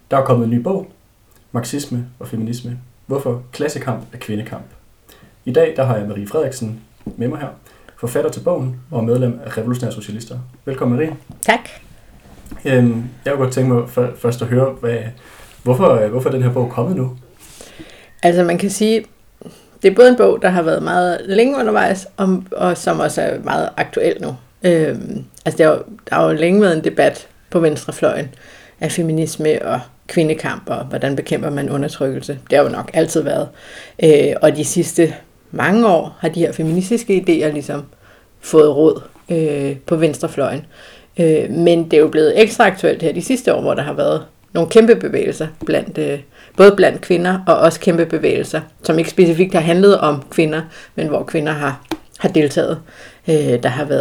Der er kommet en ny bog, Marxisme og feminisme. Hvorfor klassekamp er kvindekamp. I dag der har jeg Marie Frederiksen med mig her, forfatter til bogen og medlem af Revolutionære Socialister. Velkommen, Marie. Tak. Jeg kunne godt tænke mig først at høre, hvorfor er den her bog kommet nu? Altså man kan sige, det er både en bog, der har været meget længe undervejs, og som også er meget aktuel nu. Der har jo længe været en debat på venstrefløjen af feminisme og kvindekamp, og hvordan bekæmper man undertrykkelse. Det har jo nok altid været. Og de sidste mange år har de her feministiske idéer ligesom fået råd på venstrefløjen. Men det er jo blevet ekstra aktuelt her de sidste år, hvor der har været nogle kæmpe bevægelser, både blandt kvinder og også kæmpe bevægelser, som ikke specifikt har handlet om kvinder, men hvor kvinder har deltaget. Der har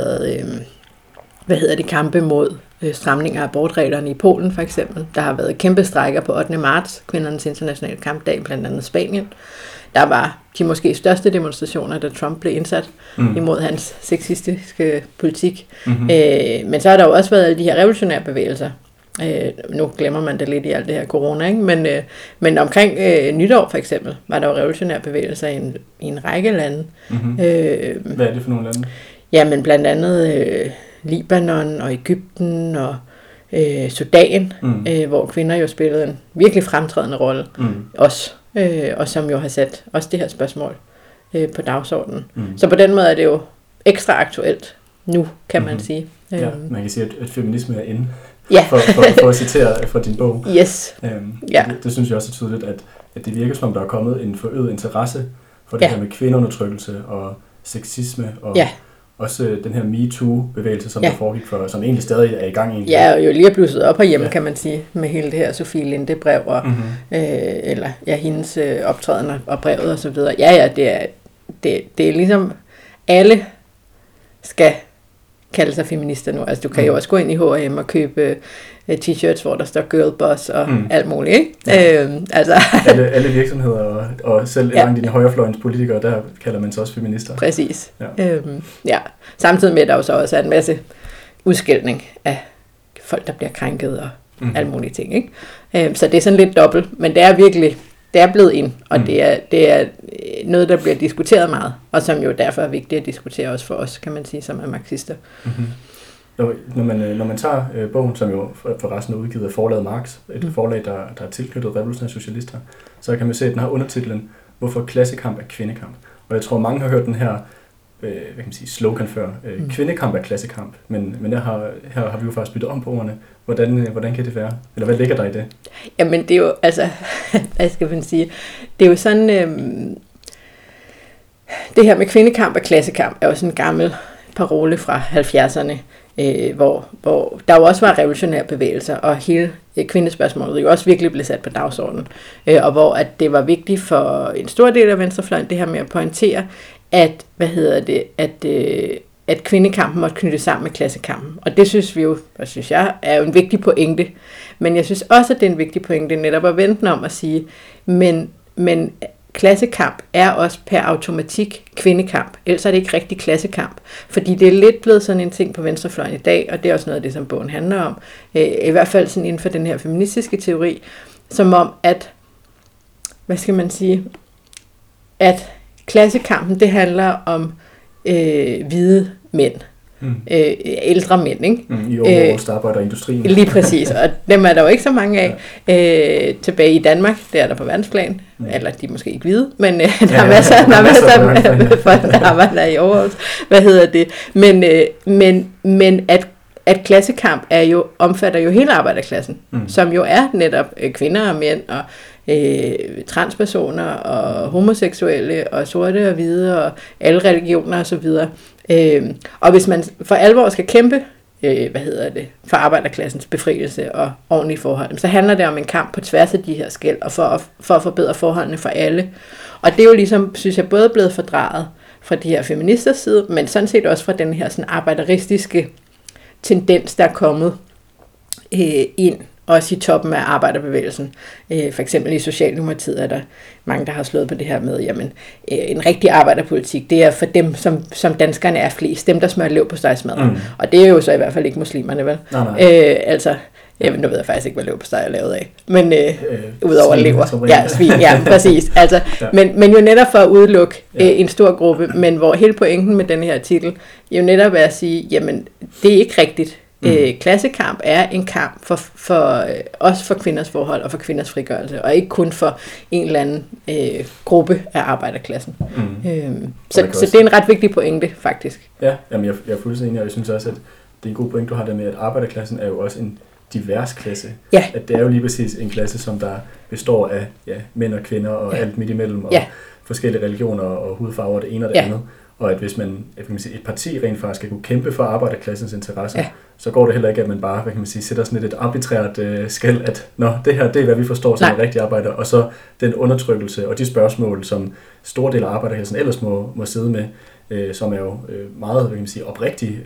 været kampe mod stramninger af abortreglerne i Polen for eksempel. Der har været kæmpe strejker på 8. marts, kvindernes internationale kampdag, blandt andet Spanien. Der var de måske største demonstrationer, da Trump blev indsat imod hans sexistiske politik. Mm-hmm. Men så har der jo også været alle de her revolutionære bevægelser. Nu glemmer man det lidt i alt det her corona, ikke? Men omkring nytår for eksempel, var der jo revolutionære bevægelser i en række lande. Mm-hmm. Hvad er det for nogle lande? Jamen blandt andet Libanon og Egypten og Sudan, hvor kvinder jo spillede en virkelig fremtrædende rolle også. Og som jo har sat også det her spørgsmål på dagsordenen. Så på den måde er det jo ekstra aktuelt nu, kan man sige. Ja, man kan sige, at feminisme er inde, for at citere fra din bog. Yes. Det synes jeg også er tydeligt, at det virker som om, der er kommet en forøget interesse for det her med kvindeundertrykkelse og sexisme og også den her MeToo-bevægelse, som der foregik for, som egentlig stadig er i gang. Ja, og jo lige er blusset op herhjemme, kan man sige, med hele det her Sofie Linde-brev, og, hendes optræden og brevet og så videre. Det er ligesom, alle skal kalde sig feminister nu. Altså, du kan jo også gå ind i H&M og købe t-shirts, hvor der står girl boss og alt muligt, ikke? Ja. Alle virksomheder og selv mange af dine højrefløjens politikere, der kalder man sig også feminister. Præcis. Ja. Samtidig med, at der jo så også er en masse udskældning af folk, der bliver krænket og alle mulige ting, ikke? Så det er sådan lidt dobbelt, men det er virkelig, det er blevet ind, og det er noget, der bliver diskuteret meget, og som jo derfor er vigtigt at diskutere også for os, kan man sige, som er marxister. Mm-hmm. Når man tager bogen, som jo forresten er udgivet af forlaget Marx, et forlag, der er tilknyttet Revolutionære Socialister, så kan man se, at den har undertitlen Hvorfor klassekamp er kvindekamp. Og jeg tror, mange har hørt den her slogan før. Kvindekamp er klassekamp. Men her har vi jo faktisk byttet om på ordene. Hvordan kan det være? Eller hvad ligger der i det? Jamen det er jo, altså, hvad skal man sige? Det er jo sådan, det her med kvindekamp og klassekamp er jo sådan en gammel parole fra 70'erne, hvor der jo også var revolutionære bevægelser, og hele kvindespørgsmålet jo også virkelig blev sat på dagsordenen, og hvor at det var vigtigt for en stor del af venstrefløjen, det her med at pointere, at at kvindekampen måtte knytte sammen med klassekampen. Og det synes vi jo, og synes jeg, er jo en vigtig pointe. Men jeg synes også, at det er en vigtig pointe netop at vente om at sige, men klassekamp er også per automatik kvindekamp. Ellers er det ikke rigtig klassekamp. Fordi det er lidt blevet sådan en ting på venstrefløjen i dag, og det er også noget af det, som bogen handler om. I hvert fald sådan inden for den her feministiske teori, som om at, hvad skal man sige, at klassekampen, det handler om hvide mænd. Ældre mænd, ikke? I overvåget arbejderindustrien. Lige præcis, og dem er der jo ikke så mange af tilbage i Danmark. Det er der på verdensplan. Eller de er måske ikke hvide, men der er masser af folk, der arbejder i overvåget. Men at klassekamp omfatter jo hele arbejderklassen, som jo er netop kvinder og mænd og transpersoner og homoseksuelle og sorte og hvide og alle religioner og så videre. Og hvis man for alvor skal kæmpe for arbejderklassens befrielse og ordentlige forhold, så handler det om en kamp på tværs af de her skel og for at forbedre forholdene for alle. Og det er jo ligesom, synes jeg, både blevet fordrejet fra de her feministers side, men sådan set også fra den her sådan arbejderistiske tendens, der er kommet ind, også i toppen af arbejderbevægelsen. For eksempel i Socialdemokratiet er der mange, der har slået på det her med, jamen, en rigtig arbejderpolitik, det er for dem, som danskerne er flest, dem, der smører lev på stegsmadder. Og det er jo så i hvert fald ikke muslimerne, vel? Nej. Jamen, nu ved jeg faktisk ikke, hvad leverpostej er lavet af. Men udover lever. Ja, svin, ja, præcis. Altså, men jo netop for at udelukke en stor gruppe, men hvor hele pointen med den her artikel jo netop er at sige, jamen, det er ikke rigtigt. Klassekamp er en kamp også for kvinders forhold og for kvinders frigørelse, og ikke kun for en eller anden gruppe af arbejderklassen. Så det er en ret vigtig pointe, faktisk. Ja, jamen jeg er fuldstændig enig, og jeg synes også, at det er en god pointe, du har der med, at arbejderklassen er jo også en divers klasse. Ja. At det er jo lige præcis en klasse, som der består af mænd og kvinder og alt midt imellem, og forskellige religioner og hudfarver og det ene og det andet. Og at hvis man et parti rent faktisk skal kunne kæmpe for arbejderklassens interesser, så går det heller ikke, at man bare sætter sådan et arbitrært skel, at det her, det er, hvad vi forstår som en rigtig arbejder, og så den undertrykkelse og de spørgsmål, som store dele af arbejderklassen ellers må sidde med, som er jo meget oprigtige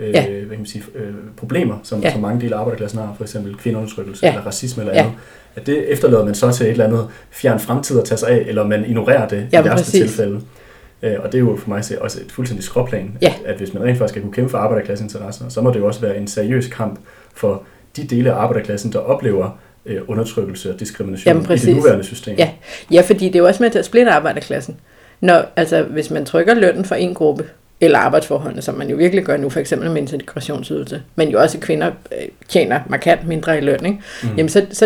problemer, som mange dele af arbejderklassen har, for eksempel kvindeundertrykkelse eller racisme eller andet. At det efterlader man så til et eller andet fjern fremtid at tage sig af, eller man ignorerer det i værste tilfælde. Og det er jo for mig også et fuldstændig skråplan, at hvis man rent faktisk skal kunne kæmpe for arbejderklassens interesser, så må det jo også være en seriøs kamp for de dele af arbejderklassen, der oplever undertrykkelse og diskrimination i det nuværende system. Ja, fordi det er jo også med til at splitte arbejderklassen. Hvis man trykker lønnen for en gruppe, eller arbejdsforholdene, som man jo virkelig gør nu, for eksempel med integrationsydelse, men jo også kvinder tjener markant mindre i løn, ikke? Jamen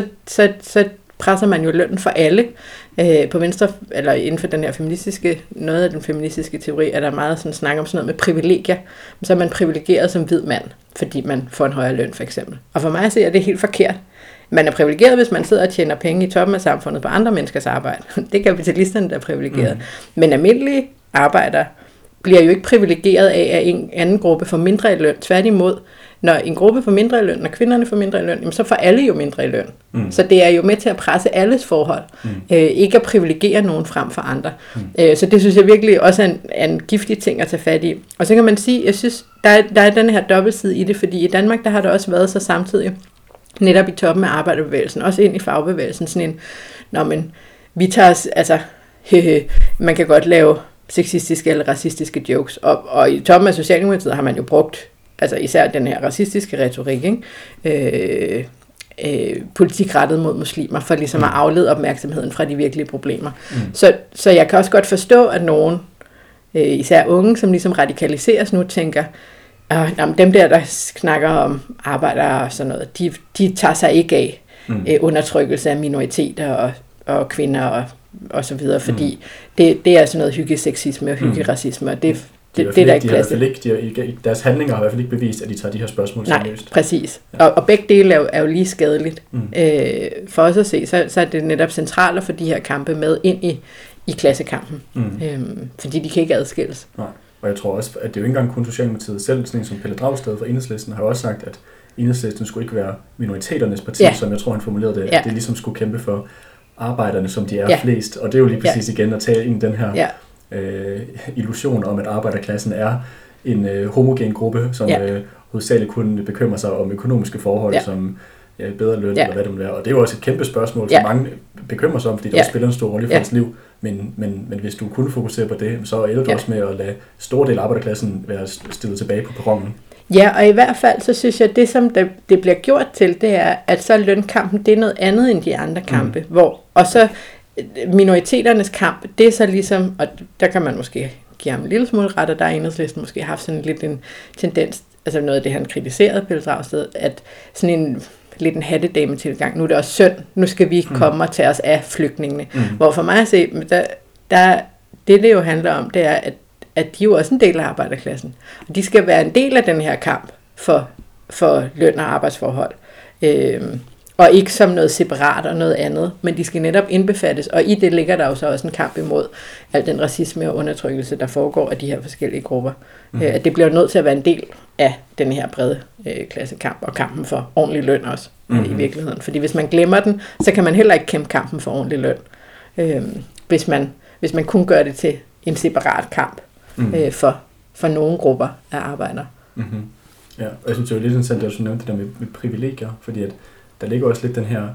så presser man jo lønnen for alle. På venstre, eller inden for den her noget af den feministiske teori, er der meget sådan snak om sådan noget med privilegier. Så er man privilegeret som hvid mand, fordi man får en højere løn, for eksempel. Og for mig at se, er det helt forkert. Man er privilegeret, hvis man sidder og tjener penge i toppen af samfundet på andre menneskers arbejde. Det er kapitalisterne, der er privilegeret. Men almindelige arbejdere bliver jo ikke privilegeret af, at en anden gruppe får mindre i løn. Tværtimod, når en gruppe får mindre i løn, når kvinderne får mindre i løn, så får alle jo mindre i løn. Så det er jo med til at presse alles forhold. Ikke at privilegere nogen frem for andre. Så det synes jeg virkelig også er en giftig ting at tage fat i. Og så kan man sige, jeg synes, der er den her dobbeltside i det, fordi i Danmark, der har det også været så samtidig, netop i toppen af arbejderbevægelsen, også ind i fagbevægelsen, sådan en, vi tager os, man kan godt lave sexistiske eller racistiske jokes, og i toppen af Socialdemokratiet har man jo brugt, især den her racistiske retorik, ikke? Politik rettet mod muslimer, for ligesom at aflede opmærksomheden fra de virkelige problemer. Så jeg kan også godt forstå, at nogen, især unge, som ligesom radikaliseres nu, tænker, dem der snakker om arbejdere og sådan noget, de tager sig ikke af undertrykkelse af minoriteter og kvinder og så videre, fordi det er sådan noget hyggeseksisme og hyggeracisme, og det er der ikke plads til. Deres handlinger har i hvert fald ikke bevist, at de tager de her spørgsmål seriøst. Nej, præcis. Ja. Og begge dele er jo lige skadeligt. For os at se, så er det netop centralt at få de her kampe med ind i klassekampen. Fordi de kan ikke adskilles. Nej. Og jeg tror også, at det er jo ikke engang kun Socialdemokratiet selv, sådan en som Pelle Dragsted fra Enhedslisten, har jo også sagt, at Enhedslisten skulle ikke være minoriteternes parti, som jeg tror, han formulerede det, at det ligesom skulle kæmpe for arbejderne, som de er flest. Og det er jo lige præcis igen at tage ind den her illusion om, at arbejderklassen er en homogen gruppe, som hovedsageligt kun bekymrer sig om økonomiske forhold, som bedre løn eller hvad det må være. Og det er jo også et kæmpe spørgsmål, som mange bekymrer sig om, fordi det også spiller en stor rolle i folks liv. Men hvis du kun fokuserer på det, så ender du også med at lade store del af arbejderklassen være stillet tilbage på perronen. Ja, og i hvert fald så synes jeg, at det som det bliver gjort til, det er, at så lønkampen, det er noget andet end de andre kampe. Og så minoriteternes kamp, det er så ligesom, og der kan man måske give ham en lille smule ret, og der er Enhedslisten måske haft sådan lidt en tendens, altså noget af det, han kritiserede, Pelle Dragsted, at sådan en lidt en hattedame-tilgang. Nu er det også synd. Nu skal vi komme og tage os af flygtningene. Hvor for mig at se, det jo handler om, det er, at de er jo også en del af arbejderklassen. Og de skal være en del af den her kamp for løn og arbejdsforhold. Og ikke som noget separat og noget andet, men de skal netop indbefattes. Og i det ligger der jo så også en kamp imod al den racisme og undertrykkelse, der foregår af de her forskellige grupper. At det bliver nødt til at være en del af den her brede klassekamp, og kampen for ordentlig løn også i virkeligheden. Fordi hvis man glemmer den, så kan man heller ikke kæmpe kampen for ordentlig løn, hvis man kun gør det til en separat kamp for nogle grupper af arbejdere. Ja, og jeg synes det er jo lidt interessant, at du nævnte det der med privilegier, fordi at der ligger også lidt den her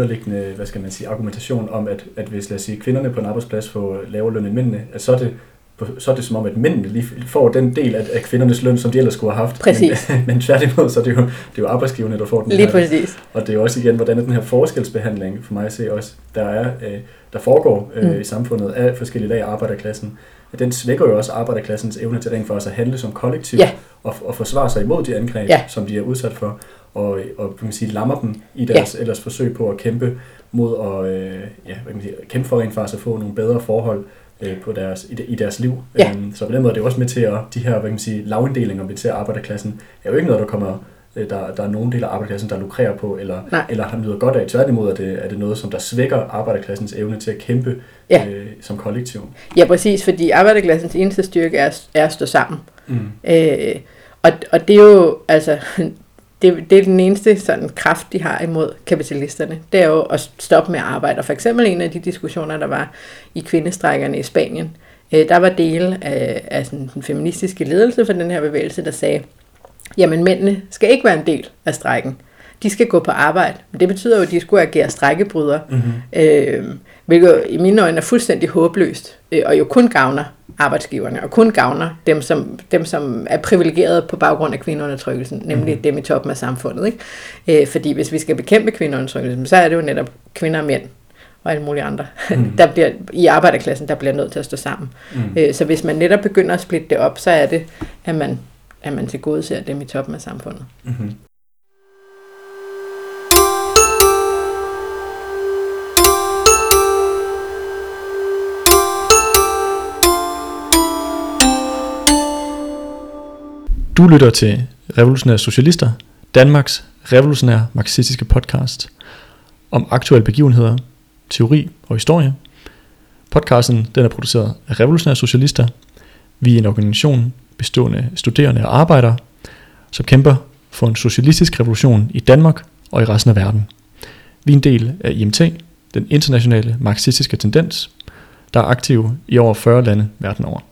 underliggende, argumentation om, at hvis, lad os sige, kvinderne på en arbejdsplads får lavere løn end mændene, at så er det så er det som om, at mændene lige får den del af kvindernes løn, som de ellers skulle have haft. Præcis. Men tværtimod, så er det jo arbejdsgiverne, der får den lige her. Præcis. Og det er jo også igen, hvordan er den her forskelsbehandling, for mig at se også, der foregår i samfundet af forskellige lag af arbejderklassen. Den svækker jo også arbejderklassens evne til rent for os at handle som kollektiv, og forsvare sig imod de angreb, som de er udsat for, og kan man sige, lammer dem i deres ellers forsøg på at kæmpe mod at kæmpe for rent faktisk at få nogle bedre forhold på i deres liv. Så på den måde er det også med til at de her, hvad kan man sige, lavinddelinger med til arbejderklassen er jo ikke noget, der kommer der er nogen del af arbejderklassen, der lukrerer på, eller har nyder godt af. Tværtimod er det noget, som der svækker arbejderklassens evne til at kæmpe som kollektiv. Ja, præcis, fordi arbejderklassens eneste styrke er at stå sammen. Og det er jo, altså, det er den eneste sådan kraft, de har imod kapitalisterne. Det er jo at stoppe med at arbejde. Og for eksempel en af de diskussioner, der var i kvindestrækkerne i Spanien, der var dele af sådan, den feministiske ledelse for den her bevægelse, der sagde, jamen mændene skal ikke være en del af strejken. De skal gå på arbejde. Men det betyder jo, at de skulle agere strejkebrydere. Hvilket i mine øjne er fuldstændig håbløst. Og jo kun gavner arbejdsgiverne, og kun gavner dem, som er privilegerede på baggrund af kvindeundertrykkelsen, nemlig dem i toppen af samfundet. Ikke? Fordi hvis vi skal bekæmpe kvindeundertrykkelsen, så er det jo netop kvinder og mænd, og alle mulige andre, der bliver, i arbejderklassen, der bliver nødt til at stå sammen. Så hvis man netop begynder at splitte det op, så er det, at man tilgodeser dem i toppen af samfundet. Du lytter til Revolutionære Socialister, Danmarks revolutionære marxistiske podcast om aktuelle begivenheder, teori og historie. Podcasten den er produceret af Revolutionære Socialister. Vi er en organisation bestående af studerende og arbejdere, som kæmper for en socialistisk revolution i Danmark og i resten af verden. Vi er en del af IMT, den internationale marxistiske tendens, der er aktiv i over 40 lande verden over.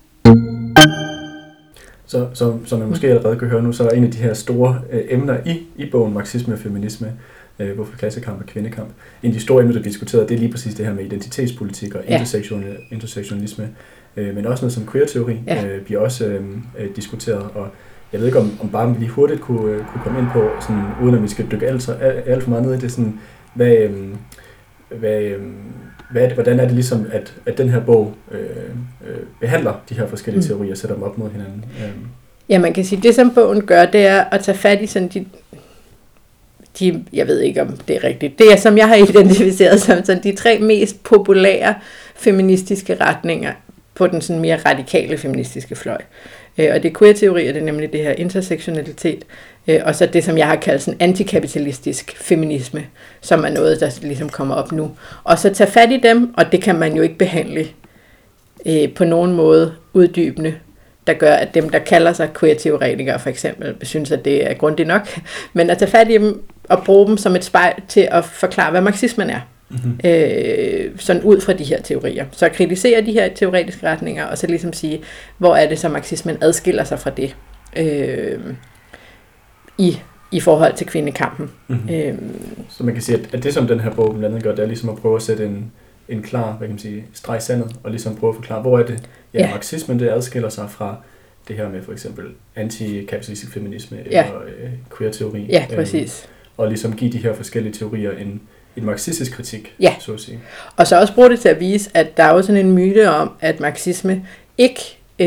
Så som man måske allerede kan høre nu, så er en af de her store emner i bogen Marxisme og Feminisme, hvorfor klassekamp og kvindekamp. En af de store emner, der bliver diskuteret, det er lige præcis det her med identitetspolitik og intersektionalisme, men også noget som queer-teori bliver også diskuteret. Og jeg ved ikke, om bare vi lige hurtigt kunne komme ind på, sådan, uden at vi skal dykke alt for meget ned i det, sådan, hvordan er det ligesom, at den her bog behandler de her forskellige teorier og sætter dem op mod hinanden? Ja, man kan sige, det som bogen gør, det er at tage fat i sådan de jeg ved ikke, om det er rigtigt, det er, som jeg har identificeret som sådan de 3 mest populære feministiske retninger på den sådan mere radikale feministiske fløj. Og det er queer-teori, og det er nemlig det her intersektionalitet, og så det, som jeg har kaldt sådan antikapitalistisk feminisme, som er noget, der ligesom kommer op nu. Og så tage fat i dem, og det kan man jo ikke behandle på nogen måde uddybende, der gør, at dem, der kalder sig queer-teoretikere for eksempel, synes, at det er grundigt nok, men at tage fat i dem og bruge dem som et spejl til at forklare, hvad marxismen er. Sådan ud fra de her teorier. Så kritisere de her teoretiske retninger, og så ligesom sige, hvor er det så marxismen adskiller sig fra det i forhold til kvindekampen. Så man kan sige, at det som den her bog blandt andet gør, det er ligesom at prøve at sætte en klar, hvad kan man sige, streg i sandet, og ligesom prøve at forklare, hvor er det, marxismen det adskiller sig fra det her med for eksempel antikapitalistisk feminisme eller queer-teori. Ja, præcis. Og ligesom give de her forskellige teorier en marxistisk kritik, så at sige. Og så også bruge det til at vise, at der er jo sådan en myte om, at marxisme ikke,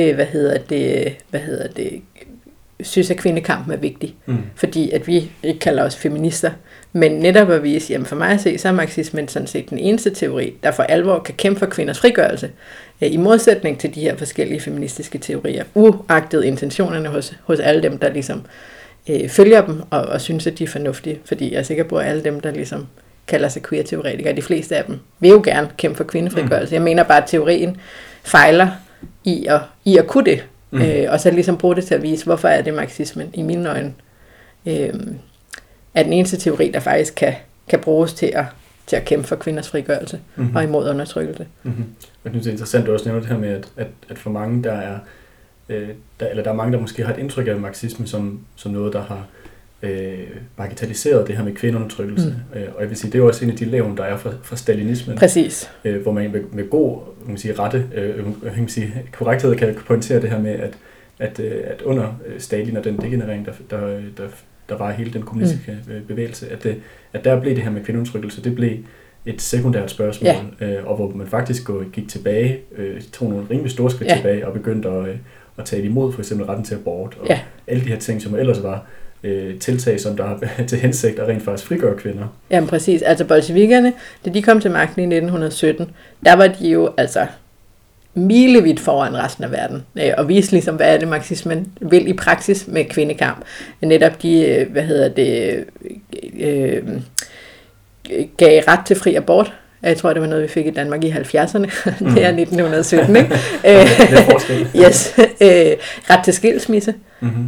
synes, at kvindekampen er vigtig. Fordi at vi ikke kalder os feminister. Men netop at vise, jamen for mig at se, så er marxismen sådan set den eneste teori, der for alvor kan kæmpe for kvinders frigørelse. I modsætning til de her forskellige feministiske teorier, uagtet intentionerne hos alle dem, der ligesom følger dem og synes, at de er fornuftige. Fordi jeg er sikker på, at alle dem, der ligesom kalder sig queer-teoretikere, de fleste af dem vil jo gerne kæmpe for kvindefrigørelse. Jeg mener bare, at teorien fejler i at kunne det. Og så ligesom bruge det til at vise, hvorfor er det marxismen i mine øjne er den eneste teori, der faktisk kan bruges til at kæmpe for kvinders frigørelse og imod undertrykkelse. Jeg synes, det er interessant, at du også nævner det her med, at for mange, der er mange, der måske har et indtryk af marxisme som noget, der har bagatelliseret det her med kvindeundertrykkelse. Og jeg vil sige, det er jo også en af de levn, der er fra stalinismen. Præcis. Hvor man med god korrekthed kan pointere det her med, at under Stalin og den degenerering, der var hele den kommunistiske bevægelse, at der blev det her med kvindeundertrykkelse, det blev et sekundært spørgsmål, og hvor man faktisk gik tilbage, tog nogle rimelig store skridt tilbage, og begyndte at tale imod for eksempel retten til abort, og alle de her ting, som ellers var tiltag, som der har til hensigt at rent faktisk frigøre kvinder. Jamen præcis, altså bolsjevikerne, da de kom til magten i 1917, der var de jo altså milevidt foran resten af verden, og viste ligesom, hvad er det marxismen vil i praksis med kvindekamp. Netop de, gav ret til fri abort. Jeg tror, det var noget, vi fik i Danmark i 70'erne. Det er 1917, ikke? Yes. Ret til skilsmisse.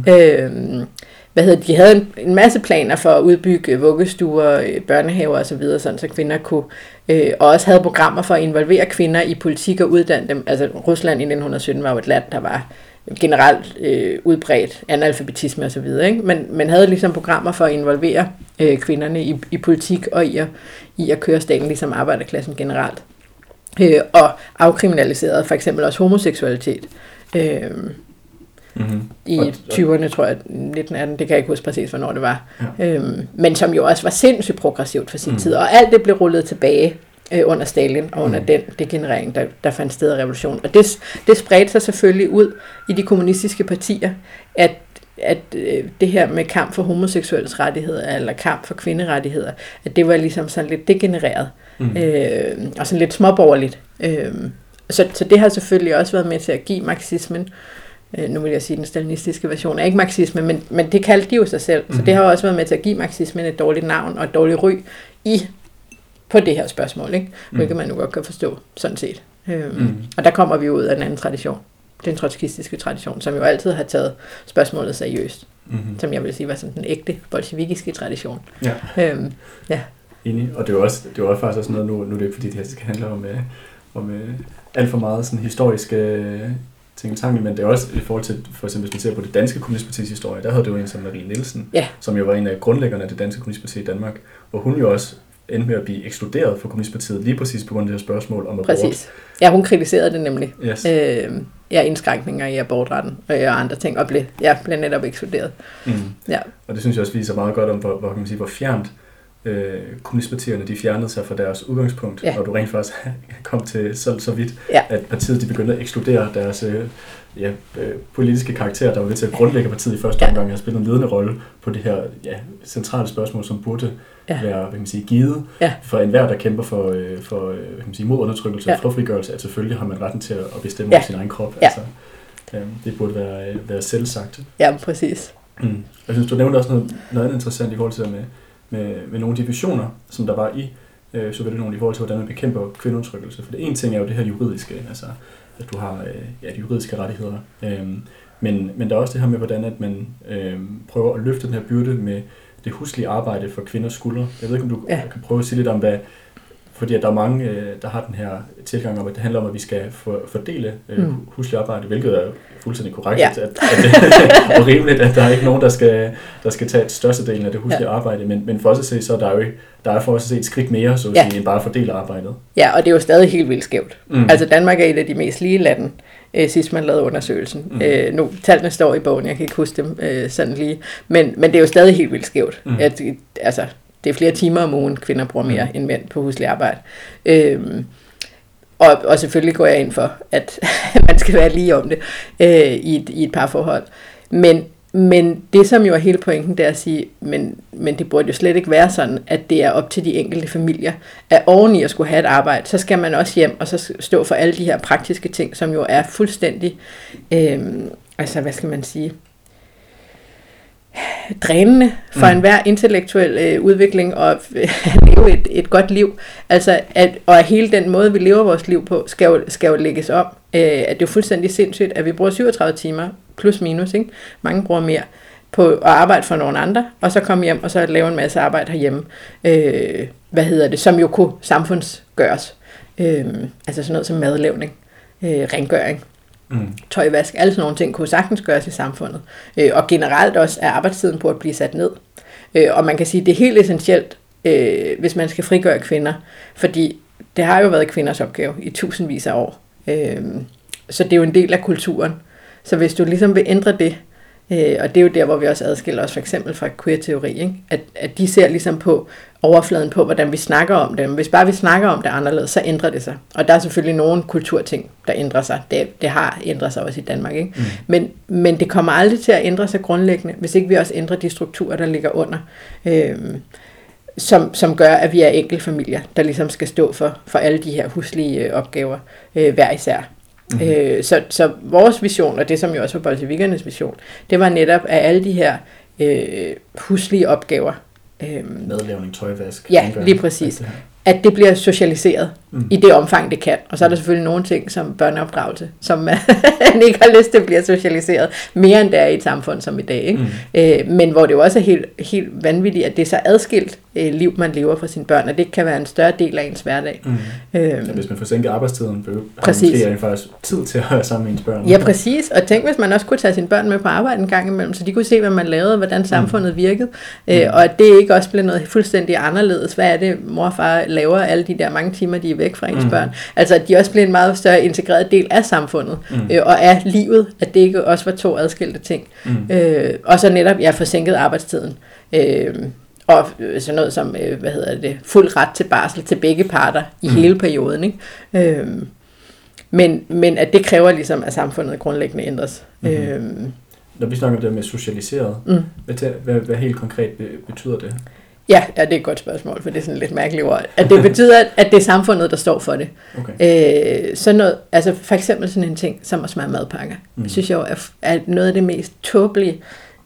De havde en masse planer for at udbygge vuggestuer, børnehaver osv., sådan så kvinder kunne, og også havde programmer for at involvere kvinder i politik og uddanne dem. Altså Rusland i 1917 var jo et land, der var generelt udbredt analfabetisme osv., ikke? Men havde ligesom programmer for at involvere kvinderne i politik og i at køre staten ligesom arbejderklassen generelt. Og afkriminaliserede for eksempel også homoseksualitet. I 20'erne, tror jeg, 1918, det kan jeg ikke huske præcis, hvornår det var. Men som jo også var sindssygt progressivt for sin tid. Og alt det blev rullet tilbage under Stalin og under den degenerering, der fandt sted af revolutionen. Og det spredte sig selvfølgelig ud i de kommunistiske partier, at det her med kamp for homoseksuelles rettigheder, eller kamp for kvinderettigheder, at det var ligesom sådan lidt degenereret, og sådan lidt småborgerligt. Så det har selvfølgelig også været med til at give marxismen, nu vil jeg sige den stalinistiske version, er ikke marxisme, men det kaldte de jo sig selv, så det har også været med til at give marxismen et dårligt navn og et dårligt ry på det her spørgsmål, ikke? Hvilket man jo godt kan forstå, sådan set. Og der kommer vi jo ud af en anden tradition, den trotskistiske tradition, som jo altid har taget spørgsmålet seriøst, som jeg vil sige var sådan den ægte bolsjevikiske tradition. Enig, og det er jo faktisk også noget, nu er det ikke fordi det her skal handle om alt for meget sådan historiske ting, men det er også i forhold til, for eksempel hvis man ser på det danske kommunistpartis historie, der havde det jo en som Marie Nielsen, som jo var en af grundlæggerne af det danske kommunistparti i Danmark, hvor hun jo også endte med at blive ekskluderet fra kommunistpartiet, lige præcis på grund af det her spørgsmål om abort. Præcis. Ja, hun kritiserede det nemlig. Yes. Indskrænkninger i abortretten og andre ting, og blev netop ekskluderet. Ja. Og det synes jeg også viser meget godt om, hvor fjernt kommunistpartierne, de fjernede sig fra deres udgangspunkt, og du rent faktisk kom til så vidt, at partiet de begyndte at ekskludere deres politiske karakterer, der var ved til at grundlægge partiet i første omgang, og spille en ledende rolle på det her centrale spørgsmål, som burde være givet for enhver, der kæmper for mod undertrykkelse og frigørelse, at selvfølgelig har man retten til at bestemme over sin egen krop. Altså, det burde være selvsagt. Ja, præcis. Jeg synes, du nævnte også noget andet interessant i forhold til med nogle af de visioner, som der var i Sovjetunionen i forhold til, hvordan man bekæmper kvindeundertrykkelse. For det ene ting er jo det her juridiske, altså at du har de juridiske rettigheder. Men der er også det her med, hvordan at man prøver at løfte den her byrde med det huslige arbejde for kvinders skuldre. Jeg ved ikke, om du kan prøve at sige lidt om, fordi at der er mange, der har den her tilgang om, at det handler om, at vi skal fordele husligt arbejde, hvilket er fuldstændig korrekt, at det er rimeligt, at der er ikke nogen, der skal tage størstedelen af det huslige arbejde, men for os at se, så er der er for os at se et skridt mere, så at sige, end bare at fordele arbejdet. Ja, og det er jo stadig helt vildt skævt. Altså Danmark er et af de mest lige lande, sidst man lavede undersøgelsen. Nu, tallene står i bogen, jeg kan ikke huske dem sådan lige, men det er jo stadig helt vildt skævt. Det er flere timer om ugen, kvinder bruger mere end mænd på huslig arbejde. Og selvfølgelig går jeg ind for, at man skal være lige om det i et parforhold. Men det, som jo er hele pointen, det er at sige, men det burde jo slet ikke være sådan, at det er op til de enkelte familier, at oveni at skulle have et arbejde, så skal man også hjem og så stå for alle de her praktiske ting, som jo er fuldstændig, hvad skal man sige, drænende for enhver intellektuel udvikling og leve et godt liv. Altså, og hele den måde, vi lever vores liv på, skal jo lægges om. At det er jo fuldstændig sindssygt, at vi bruger 37 timer, plus minus, ikke? Mange bruger mere, på at arbejde for nogle andre, og så komme hjem og så lave en masse arbejde herhjemme. Som jo kunne samfundsgøres. Altså sådan noget som madlavning, rengøring, tøjvask, alle sådan nogle ting kunne sagtens gøres i samfundet. Og generelt også er arbejdstiden på at blive sat ned. Og man kan sige, at det er helt essentielt, hvis man skal frigøre kvinder, fordi det har jo været kvinders opgave i tusindvis af år. Så det er jo en del af kulturen. Så hvis du ligesom vil ændre det, og det er jo der, hvor vi også adskiller os for eksempel fra queer-teori, ikke? At de ser ligesom på overfladen på, hvordan vi snakker om det. Men hvis bare vi snakker om det anderledes, så ændrer det sig. Og der er selvfølgelig nogle kulturting, der ændrer sig. Det har ændret sig også i Danmark, ikke? Men det kommer aldrig til at ændre sig grundlæggende, hvis ikke vi også ændrer de strukturer, der ligger under. Som gør, at vi er enkeltfamilier, der ligesom skal stå for alle de her huslige opgaver hver især. Så vores vision, og det som jo også var bolsjevikernes vision, det var netop, at alle de her huslige opgaver, madlavning, tøjvask. Ja, lige præcis. At det bliver socialiseret i det omfang, det kan. Og så er der selvfølgelig nogle ting som børneopdragelse, som man ikke har lyst til at blive socialiseret, mere end det er i et samfund som i dag. Ikke? Men hvor det jo også er helt vanvittigt, at det er så adskilt liv, man lever for sine børn, og det kan være en større del af ens hverdag. Hvis man får sænket arbejdstiden, har man faktisk tid til at være sammen med ens børn. Ja, præcis. Og tænk, hvis man også kunne tage sine børn med på arbejde en gang imellem, så de kunne se, hvad man lavede, hvordan samfundet virkede, og at det ikke også blev noget fuldstændig anderledes. Hvad er det, mor og far laver alle de der mange timer, de er væk fra ens børn? Altså, at de også blev en meget større integreret del af samfundet, og af livet, at det ikke også var to adskilte ting. Og så netop, få sænket arbejdstiden. Og sådan noget som, fuld ret til barsel til begge parter i hele perioden, ikke? Men at det kræver ligesom, at samfundet grundlæggende ændres. Når vi snakker om det med socialiseret, hvad helt konkret betyder det? Ja, det er et godt spørgsmål, for det er sådan lidt mærkeligt ord. At det betyder, at det er samfundet, der står for det. Okay. Sådan noget, altså for eksempel sådan en ting, som at smøre madpakker, synes jeg er noget af det mest tåbelige,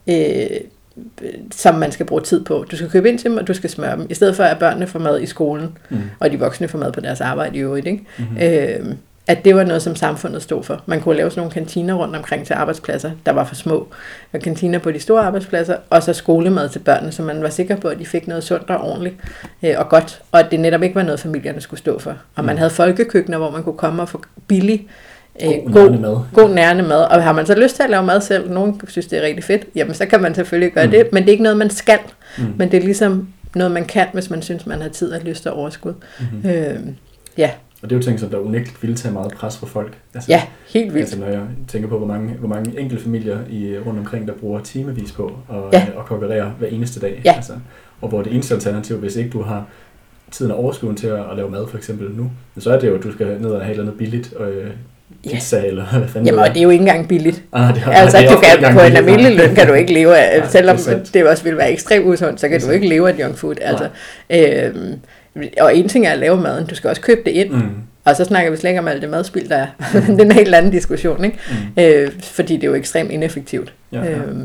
som man skal bruge tid på. Du skal købe ind til dem, og du skal smøre dem, i stedet for at børnene får mad i skolen, og de voksne får mad på deres arbejde i øvrigt, ikke? At det var noget, som samfundet stod for. Man kunne lave sådan nogle kantiner rundt omkring til arbejdspladser, der var for små. Og kantiner på de store arbejdspladser, og så skolemad til børnene, så man var sikker på, at de fik noget sundt og ordentligt og godt, og at det netop ikke var noget, familierne skulle stå for. Og man havde folkekøkkener, hvor man kunne komme og få billig god nærende mad. Og har man så lyst til at lave mad selv, nogen synes, det er rigtig fedt, jamen så kan man selvfølgelig gøre det, men det er ikke noget, man skal. Men det er ligesom noget, man kan, hvis man synes, man har tid og lyst og overskud. Og det er jo ting, som der unægteligt vil tage meget pres på folk. Altså, ja, helt vildt. Altså, når jeg tænker på, hvor mange enkelte familier rundt omkring, der bruger timevis på at konkurrere hver eneste dag. Ja. Altså, og hvor det eneste alternativ, hvis ikke du har tiden og overskuden til at lave mad for eksempel nu, så er det jo, at du skal ned og have noget billigt pizza eller hvad fanden. Jamen, og det er jo ikke engang billigt. Du kan på en almindelig løn kan du ikke leve af, selvom det også vil være ekstremt usundt, så kan du ikke leve af junk food. Altså, og en ting er at lave maden, du skal også købe det ind. Og så snakker vi slet ikke om alt det madspild, der er. Det er en helt anden diskussion, ikke? Fordi det er jo ekstremt ineffektivt. Ja.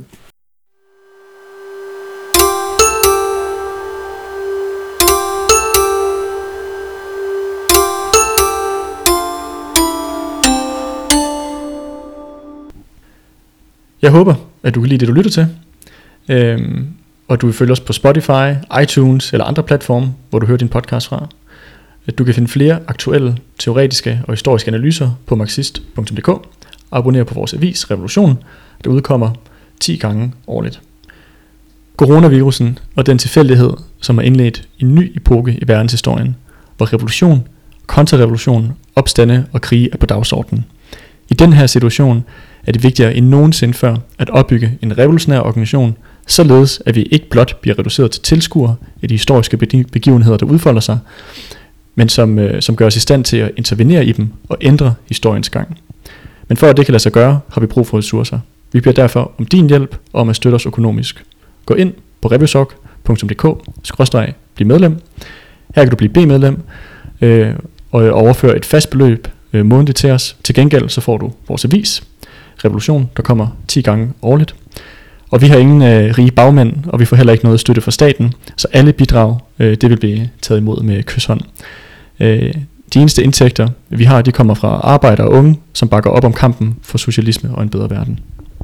Jeg håber, at du kan lide det, du lytter til. Og du vil følge os på Spotify, iTunes eller andre platforme, hvor du hører din podcast fra. Du kan finde flere aktuelle, teoretiske og historiske analyser på marxist.dk. Abonner på vores avis Revolution, der udkommer 10 gange årligt. Coronavirusen og den tilfældighed, som har indledt en ny epoke i verdenshistorien, hvor revolution, kontrarevolution, opstande og krige er på dagsordenen. I den her situation er det vigtigere end nogensinde før at opbygge en revolutionær organisation, således at vi ikke blot bliver reduceret til tilskuere af de historiske begivenheder, der udfolder sig, men som gør os i stand til at intervenere i dem og ændre historiens gang. Men for at det kan lade sig gøre, har vi brug for ressourcer. Vi beder derfor om din hjælp og om at støtte os økonomisk. Gå ind på revisorg.dk/bliv medlem. Her kan du blive B-medlem og overføre et fast beløb månedligt til os. Til gengæld så får du vores avis, Revolution, der kommer 10 gange årligt. Og vi har ingen rige bagmænd, og vi får heller ikke noget støtte fra staten, så alle bidrag, det vil blive taget imod med kyshånd. De eneste indtægter, vi har, de kommer fra arbejdere og unge, som bakker op om kampen for socialisme og en bedre verden.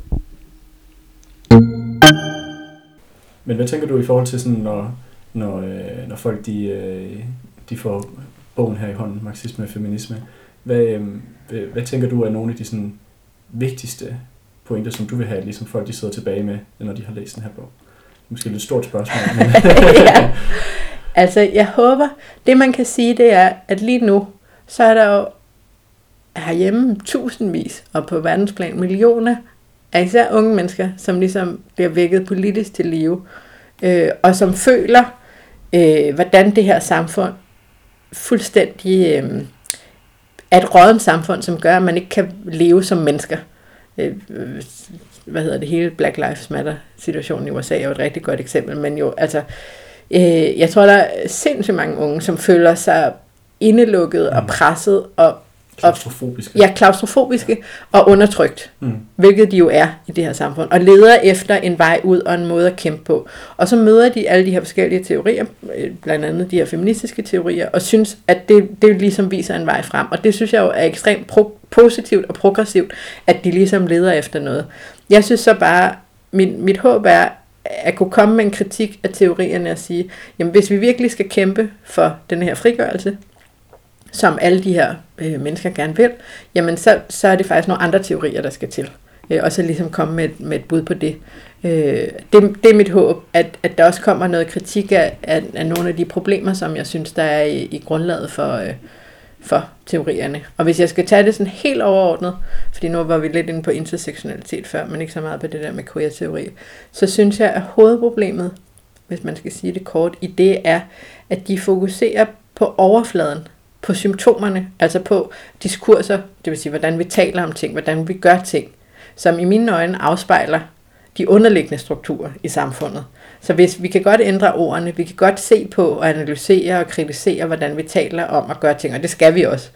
Men hvad tænker du i forhold til sådan, når folk de får bogen her i hånden, Marxisme og Feminisme? Hvad tænker du er nogle af de sådan vigtigste pointer, som du vil have, ligesom folk de sidder tilbage med, når de har læst den her bog? måske et lidt stort spørgsmål. Ja. Altså, jeg håber, det man kan sige, det er, at lige nu, så er der jo herhjemme tusindvis, og på verdensplan millioner, af især unge mennesker, som ligesom bliver vækket politisk til live, og som føler, hvordan det her samfund fuldstændig er et rådent samfund, som gør, at man ikke kan leve som mennesker. Hele Black Lives Matter situationen i USA er jo et rigtig godt eksempel, men jo, altså, jeg tror, der er sindssygt mange unge, som føler sig indelukket og presset og klaustrofobiske. Ja, klaustrofobiske og undertrykt, hvilket de jo er i det her samfund, og leder efter en vej ud og en måde at kæmpe på. Og så møder de alle de her forskellige teorier, blandt andet de her feministiske teorier, og synes, at det ligesom viser en vej frem. Og det synes jeg jo er ekstremt positivt og progressivt, at de ligesom leder efter noget. Jeg synes så bare, mit håb er, at kunne komme med en kritik af teorierne og sige, jamen hvis vi virkelig skal kæmpe for den her frigørelse, som alle de her mennesker gerne vil, jamen så er det faktisk nogle andre teorier, der skal til. Og så ligesom komme med et bud på det. Det er mit håb, at der også kommer noget kritik af nogle af de problemer, som jeg synes, der er i grundlaget for teorierne. Og hvis jeg skal tage det sådan helt overordnet, fordi nu var vi lidt inde på intersektionalitet før, men ikke så meget på det der med queer-teori, så synes jeg, at hovedproblemet, hvis man skal sige det kort, i det er, at de fokuserer på overfladen, på symptomerne, altså på diskurser, det vil sige, hvordan vi taler om ting, hvordan vi gør ting, som i mine øjne afspejler de underliggende strukturer i samfundet. Så hvis vi kan godt ændre ordene, vi kan godt se på og analysere og kritisere, hvordan vi taler om at gøre ting, og det skal vi også.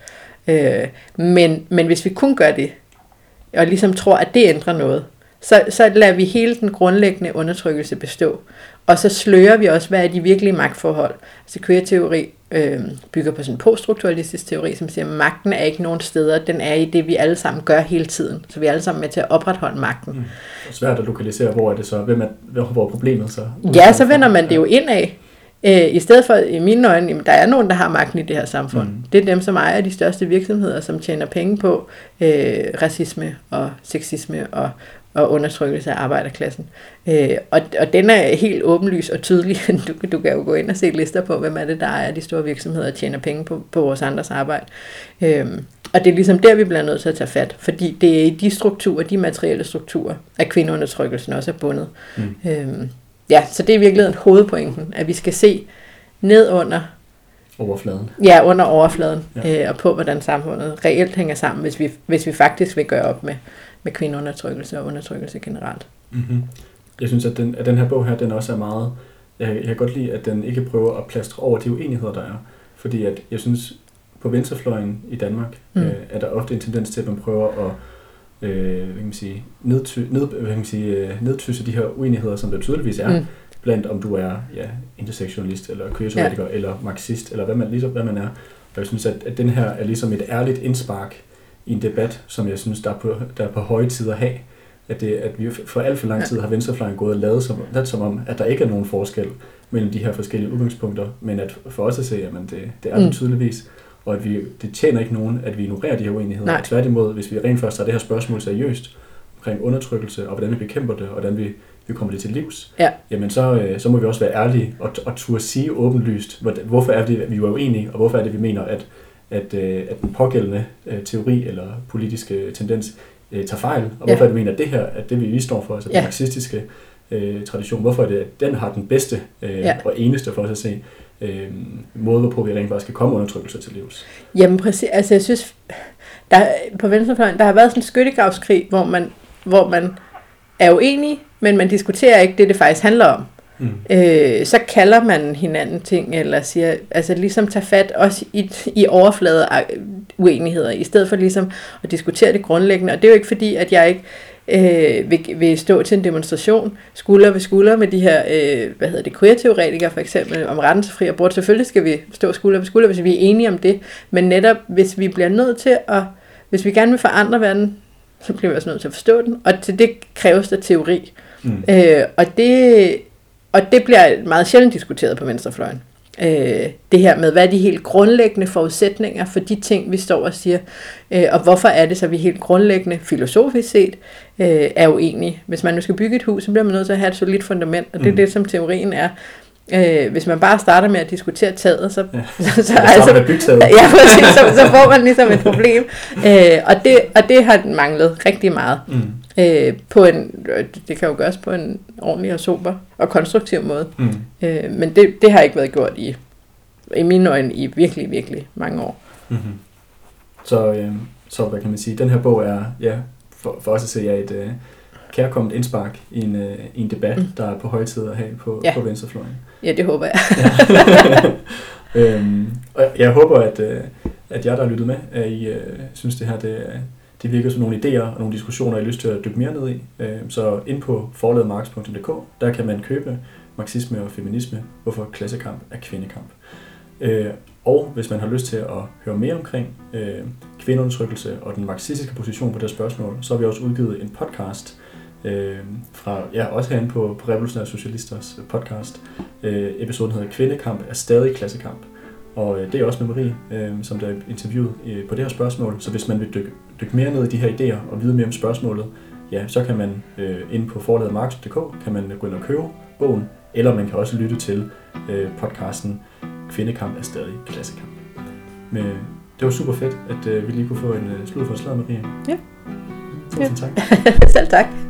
Men hvis vi kun gør det, og ligesom tror, at det ændrer noget, så lader vi hele den grundlæggende undertrykkelse bestå. Og så slører vi også, hvad er de virkelige magtforhold. Altså queer-teori bygger på sådan en poststrukturalistisk teori, som siger, at magten er ikke nogen steder, den er i det, vi alle sammen gør hele tiden. Så vi er alle sammen med til at opretholde magten. Det er svært at lokalisere, hvor er det så, hvor er problemet så? Ja, så vender man det jo indad. I stedet for, i mine øjne, jamen, der er nogen, der har magten i det her samfund. Det er dem, som ejer de største virksomheder, som tjener penge på racisme og sexisme og undertrykkelse af arbejderklassen. Og den er helt åbenlys og tydelig. Du kan jo gå ind og se lister på, hvem er det, der ejer de store virksomheder og tjener penge på vores andres arbejde. Og det er ligesom der, vi bliver nødt til at tage fat, fordi det er i de strukturer, de materielle strukturer, at kvindeundertrykkelsen også er bundet. Ja, så det er i virkeligheden hovedpointen, at vi skal se ned under overfladen. Ja, under overfladen, og på hvordan samfundet reelt hænger sammen, hvis vi faktisk vil gøre op med kvindeundertrykkelse og undertrykkelse generelt. Mm-hmm. Jeg synes, at den her bog her, den også er meget, jeg kan godt lide, at den ikke prøver at plastre over de uenigheder, der er. Fordi at jeg synes, på venstrefløjen i Danmark, er der ofte en tendens til, at man prøver at nedtysse de her uenigheder, som der tydeligvis er, blandt om du er intersektionalist, eller queer-teoretiker, eller marxist, eller hvad man er. Og jeg synes, at den her er ligesom et ærligt indspark i en debat, som jeg synes, der er på høje tid at have. At vi for alt for lang tid har venstrefløjen gået og lavet som om, at der ikke er nogen forskel mellem de her forskellige udgangspunkter, men at for os at se, at det er den tydeligvis, og at det tjener ikke nogen, at vi ignorerer de her uenigheder. Tværtimod, hvis vi rent først tager det her spørgsmål seriøst omkring undertrykkelse, og hvordan vi bekæmper det, og hvordan vi kommer det til livs, jamen så må vi også være ærlige og turde sige åbenlyst, hvorfor er det, at vi er uenige, og hvorfor er det, vi mener, at den pågældende teori eller politiske tendens tager fejl, og hvorfor er det, vi mener, at det her, at det vi står for, altså den marxistiske tradition, hvorfor er det, at den har den bedste og eneste for os at se måde, hvorpå vi rent faktisk skal komme undertrykkelse til livs. Jamen præcis, altså jeg synes, på venstrefløjen, der har været sådan en skyttegravskrig, hvor man er uenig, men man diskuterer ikke det faktisk handler om. Så kalder man hinanden ting, eller siger, altså ligesom tager fat også i overflade uenigheder, i stedet for ligesom at diskutere det grundlæggende. Og det er jo ikke fordi, at jeg ikke vil stå til en demonstration skulder ved skulder med de her, queer-teoretikere for eksempel, om retten til fri abort. Selvfølgelig skal vi stå skulder ved skulder, hvis vi er enige om det, men netop hvis vi bliver nødt til hvis vi gerne vil forandre verden, så bliver vi også nødt til at forstå den, og til det kræves der teori. Og det bliver meget sjældent diskuteret på venstrefløjen. det her med, hvad er de helt grundlæggende forudsætninger for de ting, vi står og siger, og hvorfor er det så, vi helt grundlæggende, filosofisk set, er uenige. Hvis man nu skal bygge et hus, så bliver man nødt til at have et solidt fundament, og det er det, som teorien er. Hvis man bare starter med at diskutere taget, så får man ligesom et problem. Og det har den manglet rigtig meget. Det kan jo gøres på en ordentlig og sober og konstruktiv måde. Men det har ikke været gjort i mine øjne i virkelig, virkelig mange år. Så hvad kan man sige, den her bog er for os at se er et kærkommet indspark i en debat, der er på høje tid at have på venstrefløjen. Ja, det håber jeg. Og jeg håber, at jer, der har lyttet med, at I synes, det her det virker som nogle idéer og nogle diskussioner, I har lyst til at dykke mere ned i. Så ind på forlagetmarx.dk, der kan man købe Marxisme og feminisme, hvorfor klassekamp er kvindekamp. Og hvis man har lyst til at høre mere omkring kvindeundertrykkelse og den marxistiske position på det spørgsmål, så har vi også udgivet en podcast fra også herinde på Revolutionære Socialisters podcast. Episoden hedder Kvindekamp er stadig klassekamp. Og det er også med Marie, som der er interviewet på det her spørgsmål. Så hvis man vil dykke mere ned i de her idéer og vide mere om spørgsmålet, så kan man inde på forlagetmarx.dk kan man gå ind og købe bogen, eller man kan også lytte til podcasten Kvindekamp er stadig klassekamp. Men det var super fedt, at vi lige kunne få en slut for slag, Marie. Ja. Tusind tak. Selv tak.